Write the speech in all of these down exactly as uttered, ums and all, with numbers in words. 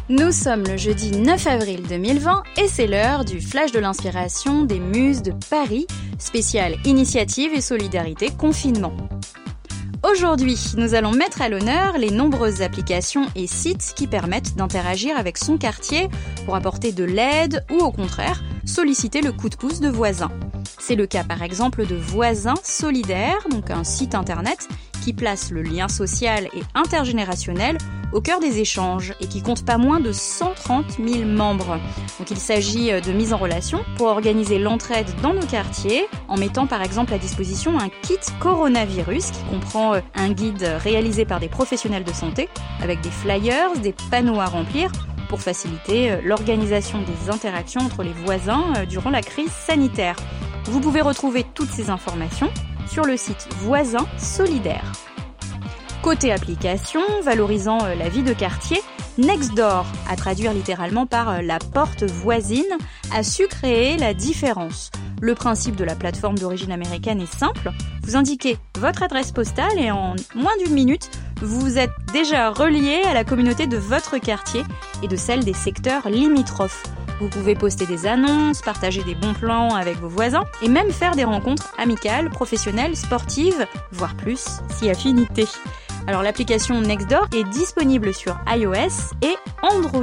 Nous sommes le jeudi neuf avril deux mille vingt et c'est l'heure du flash de l'inspiration des Muses de Paris, spécial initiative et solidarité confinement. Aujourd'hui, nous allons mettre à l'honneur les nombreuses applications et sites qui permettent d'interagir avec son quartier pour apporter de l'aide ou au contraire, solliciter le coup de pouce de voisins. C'est le cas par exemple de Voisins Solidaires, donc un site internet qui place le lien social et intergénérationnel au cœur des échanges et qui compte pas moins de cent trente mille membres. Donc il s'agit de mise en relation pour organiser l'entraide dans nos quartiers en mettant par exemple à disposition un kit coronavirus qui comprend un guide réalisé par des professionnels de santé avec des flyers, des panneaux à remplir pour faciliter l'organisation des interactions entre les voisins durant la crise sanitaire. Vous pouvez retrouver toutes ces informations sur le site Voisins Solidaires. Côté application, valorisant la vie de quartier, Nextdoor, à traduire littéralement par la porte voisine, a su créer la différence. Le principe de la plateforme d'origine américaine est simple. Vous indiquez votre adresse postale et en moins d'une minute, vous êtes déjà relié à la communauté de votre quartier et de celle des secteurs limitrophes. Vous pouvez poster des annonces, partager des bons plans avec vos voisins et même faire des rencontres amicales, professionnelles, sportives, voire plus, si affinité. Alors l'application Nextdoor est disponible sur iOS et Android.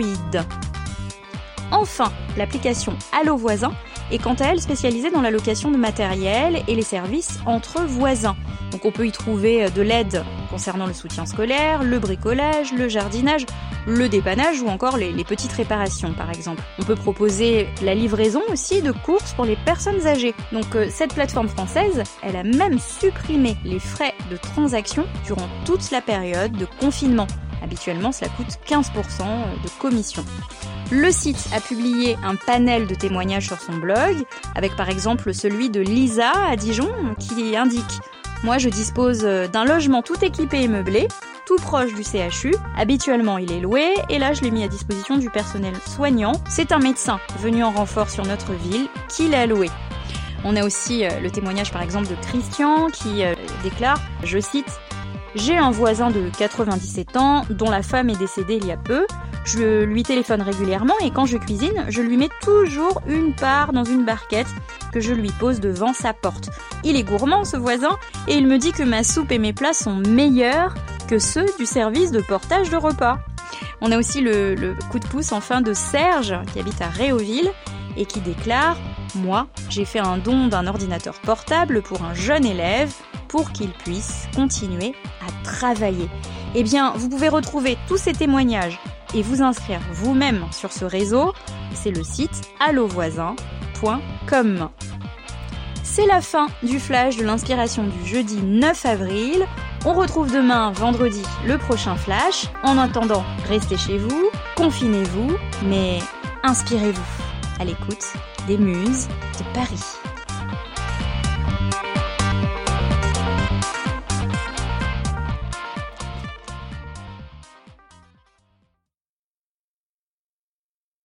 Enfin, l'application Allo Voisin est quant à elle spécialisée dans la location de matériel et les services entre voisins. Donc on peut y trouver de l'aide concernant le soutien scolaire, le bricolage, le jardinage, le dépannage ou encore les, les petites réparations par exemple. On peut proposer la livraison aussi de courses pour les personnes âgées. Donc euh, cette plateforme française, elle a même supprimé les frais de transaction durant toute la période de confinement. Habituellement, cela coûte quinze pour cent de commission. Le site a publié un panel de témoignages sur son blog, avec par exemple celui de Lisa à Dijon qui indique « Moi je dispose d'un logement tout équipé et meublé, tout proche du C H U. Habituellement il est loué et là je l'ai mis à disposition du personnel soignant. C'est un médecin venu en renfort sur notre ville qui l'a loué. » On a aussi le témoignage par exemple de Christian qui déclare, je cite, « J'ai un voisin de quatre-vingt-dix-sept ans dont la femme est décédée il y a peu. Je lui téléphone régulièrement et quand je cuisine, je lui mets toujours une part dans une barquette que je lui pose devant sa porte. Il est gourmand ce voisin et il me dit que ma soupe et mes plats sont meilleurs que ceux du service de portage de repas. » On a aussi le, le coup de pouce enfin de Serge qui habite à Réauville et qui déclare « Moi, j'ai fait un don d'un ordinateur portable pour un jeune élève pour qu'il puisse continuer à travailler. » Eh bien, vous pouvez retrouver tous ces témoignages et vous inscrire vous-même sur ce réseau. C'est le site allo voisin point com. C'est la fin du flash de l'inspiration du jeudi neuf avril. On retrouve demain, vendredi, le prochain flash. En attendant, restez chez vous, confinez-vous, mais inspirez-vous à l'écoute des Muses de Paris.